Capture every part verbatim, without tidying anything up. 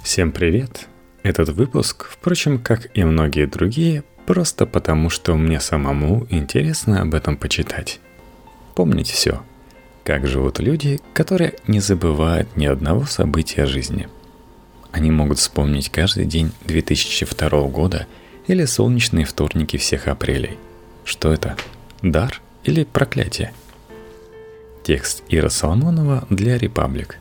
Всем привет! Этот выпуск, впрочем, как и многие другие, просто потому, что мне самому интересно об этом почитать. Помнить все. Как живут люди, которые не забывают ни одного события жизни. Они могут вспомнить каждый день две тысячи второго года или солнечные вторники всех апрелей. Что это? Дар или проклятие? Текст Ира Соломонова для Republic.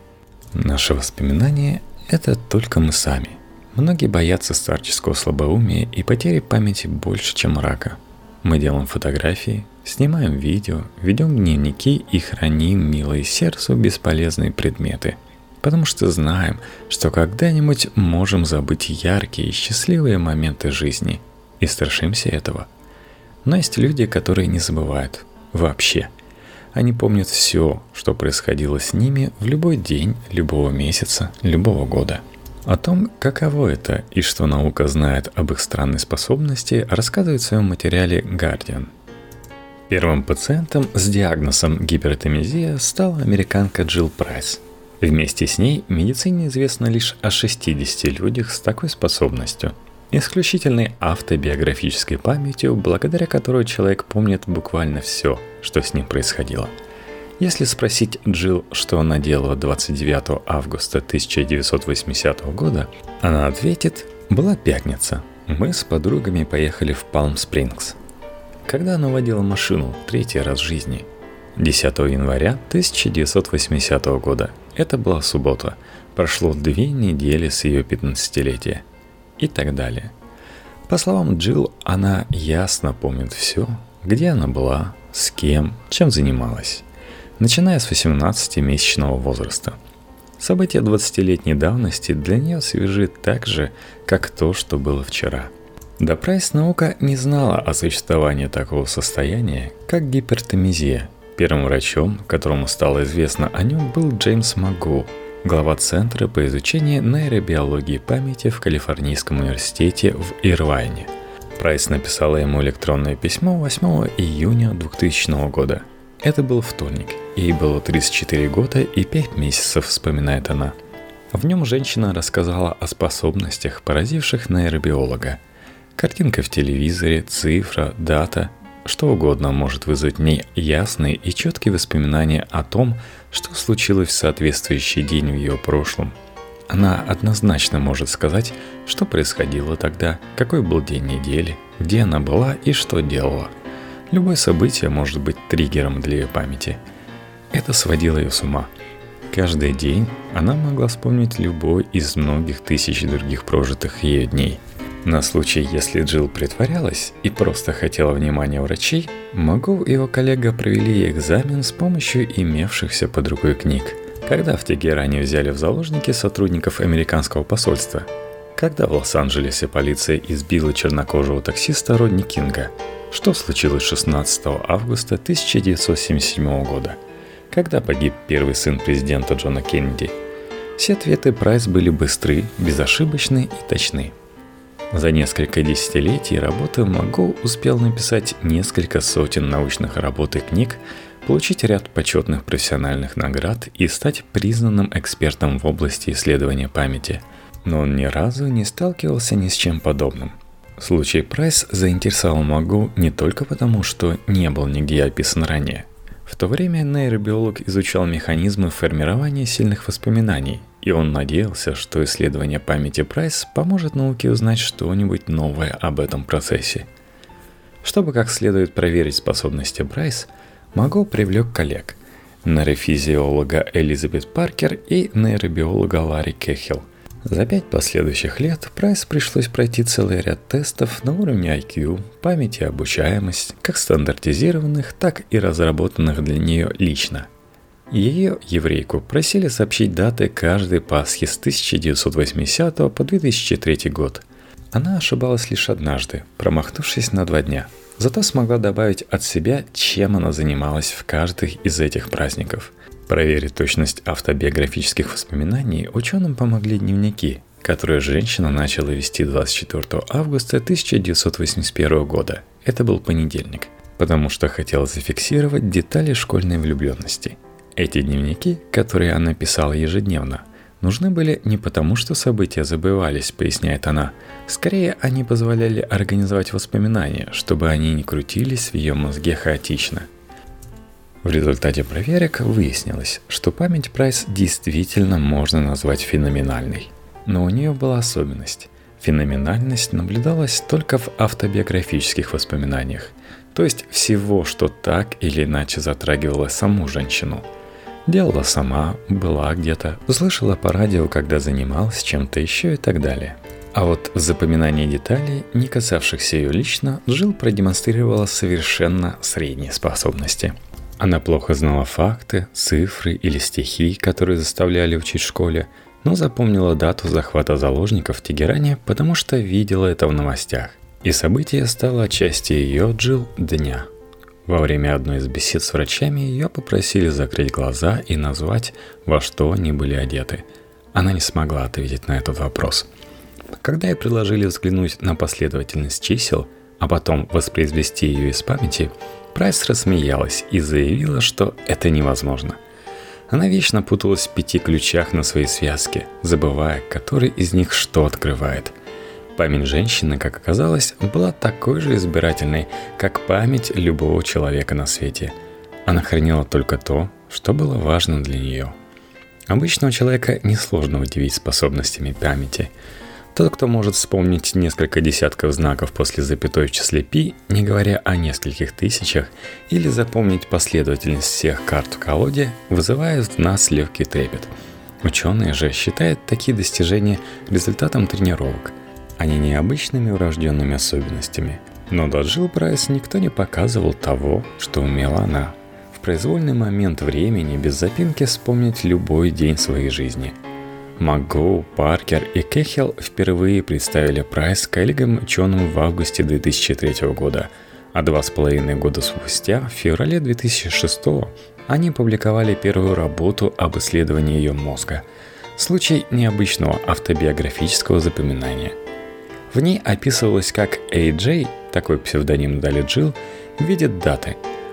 Наши воспоминания – это только мы сами. Многие боятся старческого слабоумия и потери памяти больше, чем рака. Мы делаем фотографии, снимаем видео, ведем дневники и храним милые сердцу бесполезные предметы, потому что знаем, что когда-нибудь можем забыть яркие и счастливые моменты жизни, и страшимся этого. Но есть люди, которые не забывают вообще. Они помнят все, что происходило с ними в любой день, любого месяца, любого года. О том, каково это и что наука знает об их странной способности, рассказывает в своем материале Guardian. Первым пациентом с диагнозом гипертонизия стала американка Джилл Прайс. Вместе с ней медицине известно лишь о шестидесяти людях с такой способностью. Исключительной автобиографической памятью, благодаря которой человек помнит буквально все, что с ним происходило. Если спросить Джилл, что она делала двадцать девятого августа тысяча девятьсот восьмидесятого года, она ответит: «Была пятница. Мы с подругами поехали в Палм-Спрингс». Когда она водила машину третий раз в жизни? десятого января тысяча девятьсот восьмидесятого года. Это была суббота. Прошло две недели с ее пятнадцатилетия. И так далее. По словам Джилл, она ясно помнит все, где она была, с кем, чем занималась, начиная с восемнадцатимесячного возраста. События двадцатилетней давности для нее свежи так же, как то, что было вчера. До Прайс наука не знала о существовании такого состояния, как гипертонизия. Первым врачом, которому стало известно о нем, был Джеймс МакГоу, глава Центра по изучению нейробиологии памяти в Калифорнийском университете в Ирвайне. Прайс написала ему электронное письмо восьмого июня двухтысячного года. Это был вторник, ей было тридцать четыре года и пять месяцев, вспоминает она. В нем женщина рассказала о способностях, поразивших нейробиолога. Картинка в телевизоре, цифра, дата, что угодно может вызвать в ней ясные и четкие воспоминания о том, что случилось в соответствующий день в ее прошлом. Она однозначно может сказать, что происходило тогда, какой был день недели, где она была и что делала. Любое событие может быть триггером для ее памяти. Это сводило ее с ума. Каждый день она могла вспомнить любой из многих тысяч других прожитых ею дней. На случай, если Джилл притворялась и просто хотела внимания врачей, МакГоу и его коллега провели экзамен с помощью имевшихся под рукой книг. Когда в Тегеране взяли в заложники сотрудников американского посольства? Когда в Лос-Анджелесе полиция избила чернокожего таксиста Родни Кинга? Что случилось шестнадцатого августа тысяча девятьсот семьдесят седьмого года? Когда погиб первый сын президента Джона Кеннеди? Все ответы Прайс были быстры, безошибочны и точны. За несколько десятилетий работы МакГоу успел написать несколько сотен научных работ и книг, получить ряд почетных профессиональных наград и стать признанным экспертом в области исследования памяти. Но он ни разу не сталкивался ни с чем подобным. Случай Прайс заинтересовал МакГоу не только потому, что не был нигде описан ранее. В то время нейробиолог изучал механизмы формирования сильных воспоминаний, и он надеялся, что исследование памяти Прайс поможет науке узнать что-нибудь новое об этом процессе. Чтобы как следует проверить способности Прайс, МакГоу привлек коллег – нейрофизиолога Элизабет Паркер и нейробиолога Ларри Кэхилл. За пять последующих лет Прайс пришлось пройти целый ряд тестов на уровне ай кью, память и обучаемость, как стандартизированных, так и разработанных для нее лично. Ее, еврейку, просили сообщить даты каждой Пасхи с тысяча девятьсот восьмидесятого по две тысячи третий год. Она ошибалась лишь однажды, промахнувшись на два дня. Зато смогла добавить от себя, чем она занималась в каждый из этих праздников. Проверить точность автобиографических воспоминаний ученым помогли дневники, которые женщина начала вести двадцать четвертого августа тысяча девятьсот восемьдесят первого года. Это был понедельник, потому что хотела зафиксировать детали школьной влюбленности. Эти дневники, которые она писала ежедневно, нужны были не потому, что события забывались, поясняет она. Скорее, они позволяли организовать воспоминания, чтобы они не крутились в ее мозге хаотично. В результате проверок выяснилось, что память Прайс действительно можно назвать феноменальной. Но у нее была особенность. Феноменальность наблюдалась только в автобиографических воспоминаниях, то есть всего, что так или иначе затрагивало саму женщину. Делала сама, была где-то, слышала по радио, когда занималась чем-то еще и так далее. А вот в запоминании деталей, не касавшихся ее лично, Джилл продемонстрировала совершенно средние способности. Она плохо знала факты, цифры или стихи, которые заставляли учить в школе, но запомнила дату захвата заложников в Тегеране, потому что видела это в новостях. И событие стало частью ее, Джилл, дня. Во время одной из бесед с врачами ее попросили закрыть глаза и назвать, во что они были одеты. Она не смогла ответить на этот вопрос. Когда ей предложили взглянуть на последовательность чисел, а потом воспроизвести ее из памяти, Прайс рассмеялась и заявила, что это невозможно. Она вечно путалась в пяти ключах на своей связке, забывая, который из них что открывает. Память женщины, как оказалось, была такой же избирательной, как память любого человека на свете. Она хранила только то, что было важно для нее. Обычного человека несложно удивить способностями памяти. Тот, кто может вспомнить несколько десятков знаков после запятой в числе пи, не говоря о нескольких тысячах, или запомнить последовательность всех карт в колоде, вызывает в нас легкий трепет. Ученые же считают такие достижения результатом тренировок, а не необычными врожденными особенностями. Но до Джилл Прайс никто не показывал того, что умела она. В произвольный момент времени без запинки вспомнить любой день своей жизни. МакГоу, Паркер и Кэхилл впервые представили Прайс коллегам-ученым в августе две тысячи третьего года, а два с половиной года спустя, в феврале две тысячи шестого, они опубликовали первую работу об исследовании ее мозга. Случай необычного автобиографического запоминания. В ней описывалось, как Эй Джей, такой псевдоним дали Джилл, видит даты.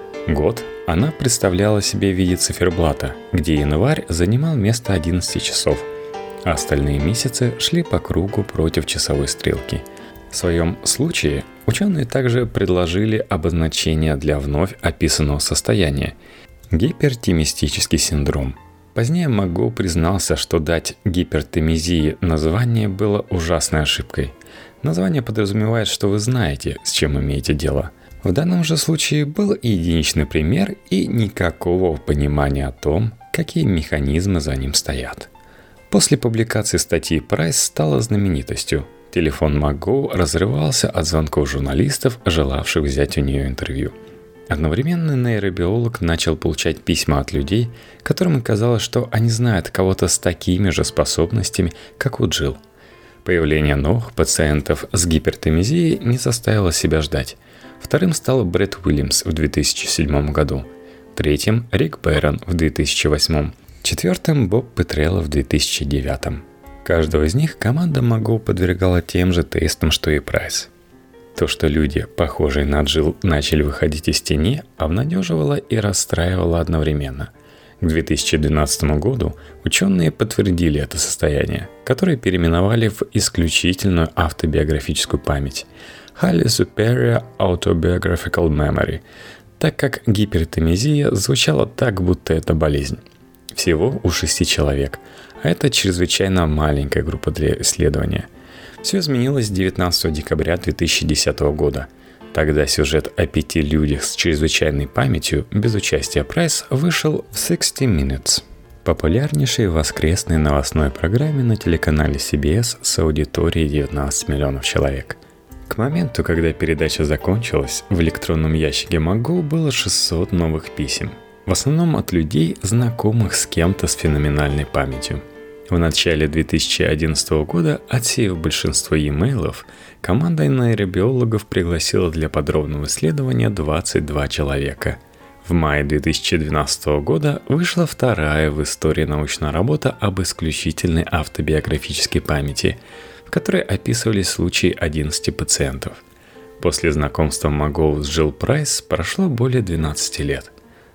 Год она представляла себе в виде циферблата, где январь занимал место одиннадцати часов, а остальные месяцы шли по кругу против часовой стрелки. В своем случае ученые также предложили обозначение для вновь описанного состояния – гипертимистический синдром. Позднее МакГоу признался, что дать гипертимизии название было ужасной ошибкой. Название подразумевает, что вы знаете, с чем имеете дело. В данном же случае был единичный пример и никакого понимания о том, какие механизмы за ним стоят. После публикации статьи Прайс стала знаменитостью. Телефон МакГоу разрывался от звонков журналистов, желавших взять у нее интервью. Одновременно нейробиолог начал получать письма от людей, которым казалось, что они знают кого-то с такими же способностями, как у Джилл. Появление новых пациентов с гипертимизией не заставило себя ждать. Вторым стал Брэд Уильямс в две тысячи седьмом году. Третьим – Рик Бэрон в две тысячи восьмом. Четвертым – Боб Петрелло в две тысячи девятом. Каждого из них команда МакГоу подвергала тем же тестам, что и Прайс. То, что люди, похожие на Джилл, начали выходить из тени, обнадеживало и расстраивало одновременно. К две тысячи двенадцатому году ученые подтвердили это состояние, которое переименовали в исключительную автобиографическую память – Highly Superior Autobiographical Memory, так как гипертимизия звучала так, будто это болезнь. Всего у шести человек, а это чрезвычайно маленькая группа для исследования. Все изменилось девятнадцатого декабря две тысячи десятого года. Тогда сюжет о пяти людях с чрезвычайной памятью без участия Прайс вышел в шестьдесят Minutes, популярнейшей воскресной новостной программе на телеканале си би эс с аудиторией девятнадцать миллионов человек. К моменту, когда передача закончилась, в электронном ящике МакГоу было шестьсот новых писем, в основном от людей, знакомых с кем-то с феноменальной памятью. В начале две тысячи одиннадцатого года, отсеяв большинство e-mail'ов, команда нейробиологов пригласила для подробного исследования двадцать два человека. В мае две тысячи двенадцатого года вышла вторая в истории научная работа об исключительной автобиографической памяти, в которой описывались случаи одиннадцати пациентов. После знакомства МакГоу с Джилл Прайс прошло более двенадцати лет.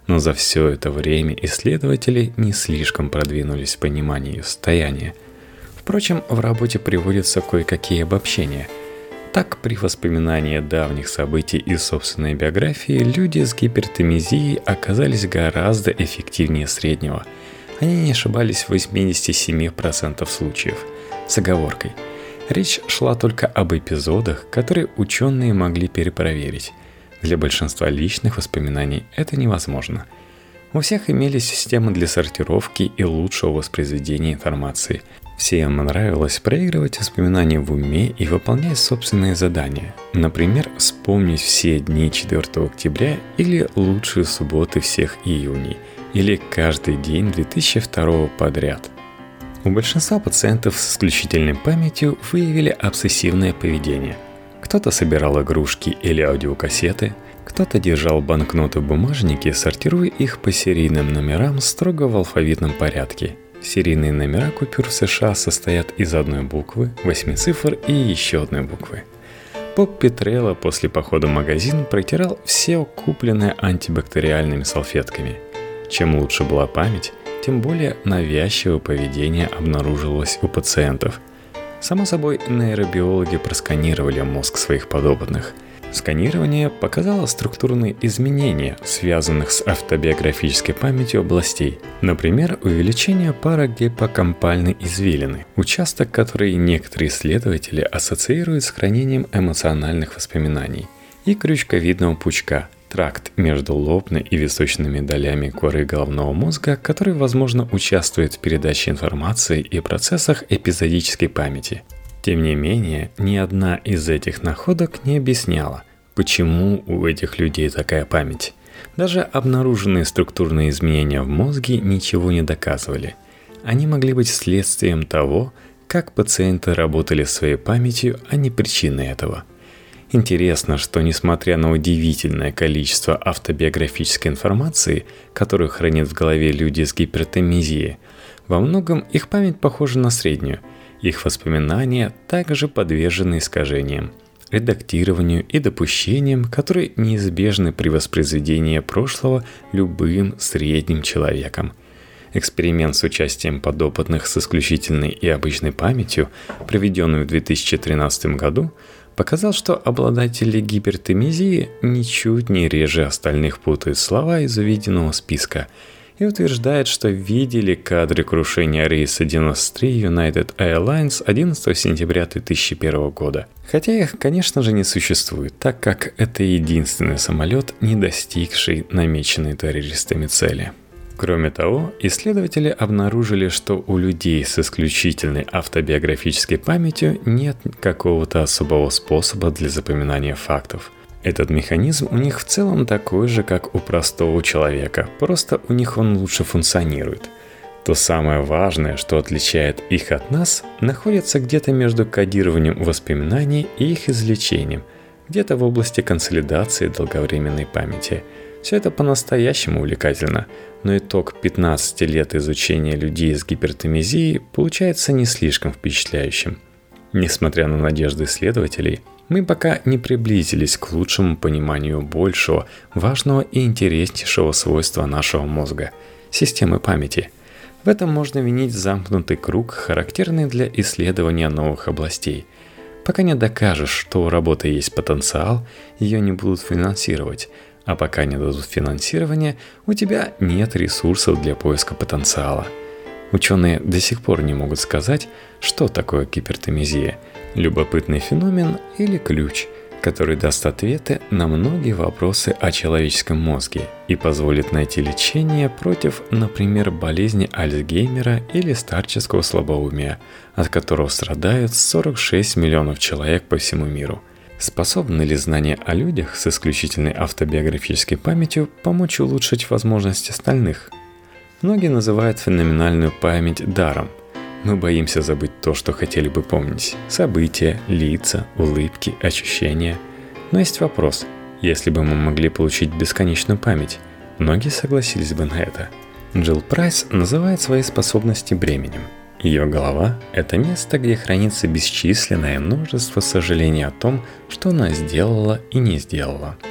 Но за все это время исследователи не слишком продвинулись в понимании ее состояния. Впрочем, в работе приводятся кое-какие обобщения. Так, при воспоминании давних событий из собственной биографии люди с гипертимизией оказались гораздо эффективнее среднего. Они не ошибались в восемьдесят семь процентов случаев. С оговоркой. Речь шла только об эпизодах, которые ученые могли перепроверить. Для большинства личных воспоминаний это невозможно. У всех имелись системы для сортировки и лучшего воспроизведения информации. Всем нравилось проигрывать воспоминания в уме и выполнять собственные задания. Например, вспомнить все дни четвёртого октября или лучшие субботы всех июней, или каждый день две тысячи второго подряд. У большинства пациентов с исключительной памятью выявили обсессивное поведение. Кто-то собирал игрушки или аудиокассеты, кто-то держал банкноты в бумажнике, сортируя их по серийным номерам строго в алфавитном порядке. Серийные номера купюр в США состоят из одной буквы, восьми цифр и еще одной буквы. Боб Петрелло после похода в магазин протирал все купленное антибактериальными салфетками. Чем лучше была память, тем более навязчивое поведение обнаруживалось у пациентов. Само собой, нейробиологи просканировали мозг своих подопытных. Сканирование показало структурные изменения, связанных с автобиографической памятью областей. Например, увеличение парагиппокампальной извилины, участок, который некоторые исследователи ассоциируют с хранением эмоциональных воспоминаний, и крючковидного пучка, тракт между лобной и височными долями коры головного мозга, который, возможно, участвует в передаче информации и процессах эпизодической памяти. Тем не менее, ни одна из этих находок не объясняла, почему у этих людей такая память. Даже обнаруженные структурные изменения в мозге ничего не доказывали. Они могли быть следствием того, как пациенты работали с своей памятью, а не причиной этого. Интересно, что несмотря на удивительное количество автобиографической информации, которую хранят в голове люди с гипертимизией, во многом их память похожа на среднюю. Их воспоминания также подвержены искажениям, редактированию и допущениям, которые неизбежны при воспроизведении прошлого любым средним человеком. Эксперимент с участием подопытных с исключительной и обычной памятью, проведенный в две тысячи тринадцатом году, показал, что обладатели гипертимизии ничуть не реже остальных путают слова из увиденного списка и утверждает, что видели кадры крушения рейса девяносто три United Airlines одиннадцатого сентября две тысячи первого года. Хотя их, конечно же, не существует, так как это единственный самолет, не достигший намеченной террористами цели. Кроме того, исследователи обнаружили, что у людей с исключительной автобиографической памятью нет какого-то особого способа для запоминания фактов. Этот механизм у них в целом такой же, как у простого человека, просто у них он лучше функционирует. То самое важное, что отличает их от нас, находится где-то между кодированием воспоминаний и их извлечением, где-то в области консолидации долговременной памяти. Все это по-настоящему увлекательно, но итог пятнадцати лет изучения людей с гипертимизией получается не слишком впечатляющим. Несмотря на надежды исследователей, мы пока не приблизились к лучшему пониманию большего, важного и интереснейшего свойства нашего мозга – системы памяти. В этом можно винить замкнутый круг, характерный для исследования новых областей. Пока не докажешь, что у работы есть потенциал, ее не будут финансировать, а пока не дадут финансирование, у тебя нет ресурсов для поиска потенциала. Ученые до сих пор не могут сказать, что такое гипертимизия – любопытный феномен или ключ, который даст ответы на многие вопросы о человеческом мозге и позволит найти лечение против, например, болезни Альцгеймера или старческого слабоумия, от которого страдают сорок шесть миллионов человек по всему миру. Способны ли знания о людях с исключительной автобиографической памятью помочь улучшить возможности остальных? Многие называют феноменальную память даром. Мы боимся забыть то, что хотели бы помнить. События, лица, улыбки, ощущения. Но есть вопрос. Если бы мы могли получить бесконечную память, многие согласились бы на это. Джилл Прайс называет свои способности бременем. Ее голова – это место, где хранится бесчисленное множество сожалений о том, что она сделала и не сделала.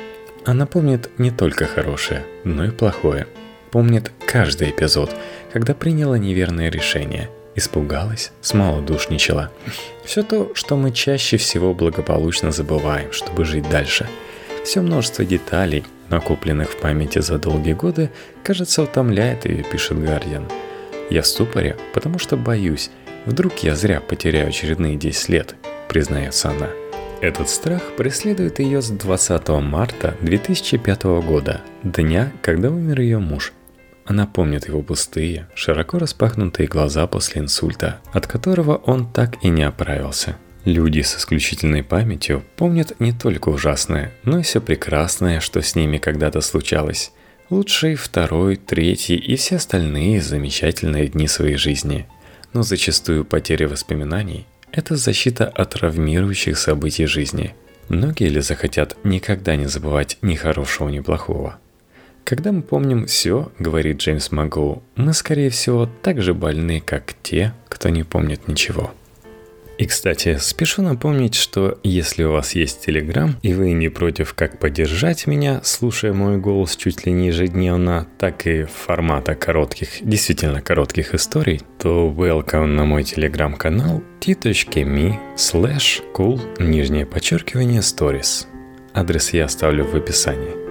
Она помнит не только хорошее, но и плохое. Помнит каждый эпизод, когда приняла неверное решение, испугалась, смолодушничала. Все то, что мы чаще всего благополучно забываем, чтобы жить дальше. Все множество деталей, накопленных в памяти за долгие годы, кажется, утомляет ее, пишет Гардиан. «Я в ступоре, потому что боюсь. Вдруг я зря потеряю очередные десять лет», признается она. Этот страх преследует ее с двадцатого марта две тысячи пятого года, дня, когда умер ее муж. Она помнит его пустые, широко распахнутые глаза после инсульта, от которого он так и не оправился. Люди с исключительной памятью помнят не только ужасное, но и все прекрасное, что с ними когда-то случалось. Лучший, второй, третий и все остальные замечательные дни своей жизни. Но зачастую потеря воспоминаний – это защита от травмирующих событий жизни. Многие ли захотят никогда не забывать ни хорошего, ни плохого? Когда мы помним все, говорит Джеймс Магоу, мы, скорее всего, так же больны, как те, кто не помнит ничего. И, кстати, спешу напомнить, что если у вас есть Telegram, и вы не против как поддержать меня, слушая мой голос чуть ли не ежедневно, так и формата коротких, действительно коротких историй, то welcome на мой Telegram-канал t.me slash cool, нижнее подчеркивание, stories. Адрес я оставлю в описании.